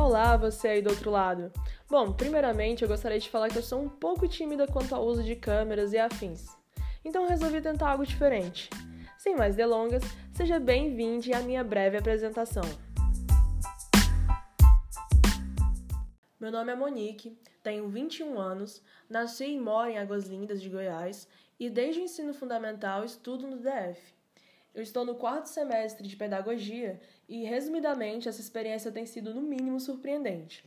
Olá, você aí do outro lado. Bom, primeiramente eu gostaria de falar que eu sou um pouco tímida quanto ao uso de câmeras e afins. Então eu resolvi tentar algo diferente. Sem mais delongas, seja bem-vindo à minha breve apresentação. Meu nome é Monique, tenho 21 anos, nasci e moro em Águas Lindas de Goiás e desde o ensino fundamental estudo no DF. Eu estou no 4º semestre de Pedagogia e, resumidamente, essa experiência tem sido no mínimo surpreendente.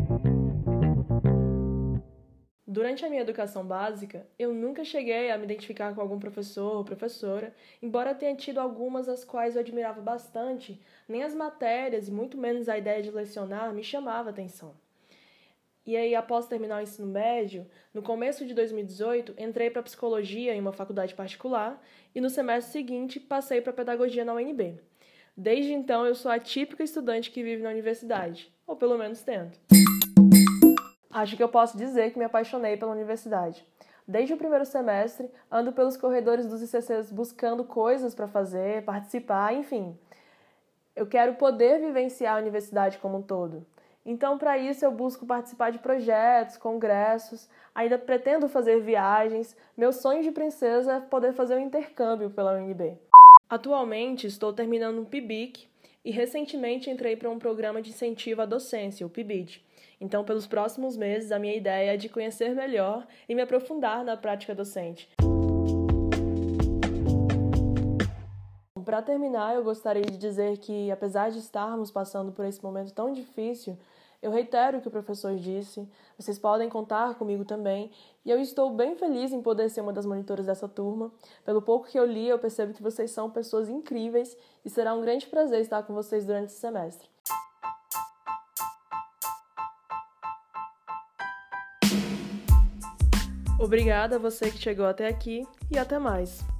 Durante a minha educação básica, eu nunca cheguei a me identificar com algum professor ou professora, embora tenha tido algumas as quais eu admirava bastante, nem as matérias e muito menos a ideia de lecionar me chamava a atenção. E aí, após terminar o ensino médio, no começo de 2018, entrei para psicologia em uma faculdade particular e no semestre seguinte passei para pedagogia na UNB. Desde então, eu sou a típica estudante que vive na universidade, ou pelo menos tento. Acho que eu posso dizer que me apaixonei pela universidade. Desde o primeiro semestre, ando pelos corredores dos ICCs buscando coisas para fazer, participar, enfim. Eu quero poder vivenciar a universidade como um todo. Então, para isso, eu busco participar de projetos, congressos, ainda pretendo fazer viagens. Meu sonho de princesa é poder fazer um intercâmbio pela UNB. Atualmente, estou terminando um PIBIC e recentemente entrei para um programa de incentivo à docência, o PIBID. Então, pelos próximos meses, a minha ideia é de conhecer melhor e me aprofundar na prática docente. Para terminar, eu gostaria de dizer que, apesar de estarmos passando por esse momento tão difícil, eu reitero o que o professor disse, vocês podem contar comigo também, e eu estou bem feliz em poder ser uma das monitoras dessa turma. Pelo pouco que eu li, eu percebo que vocês são pessoas incríveis e será um grande prazer estar com vocês durante esse semestre. Obrigada a você que chegou até aqui e até mais!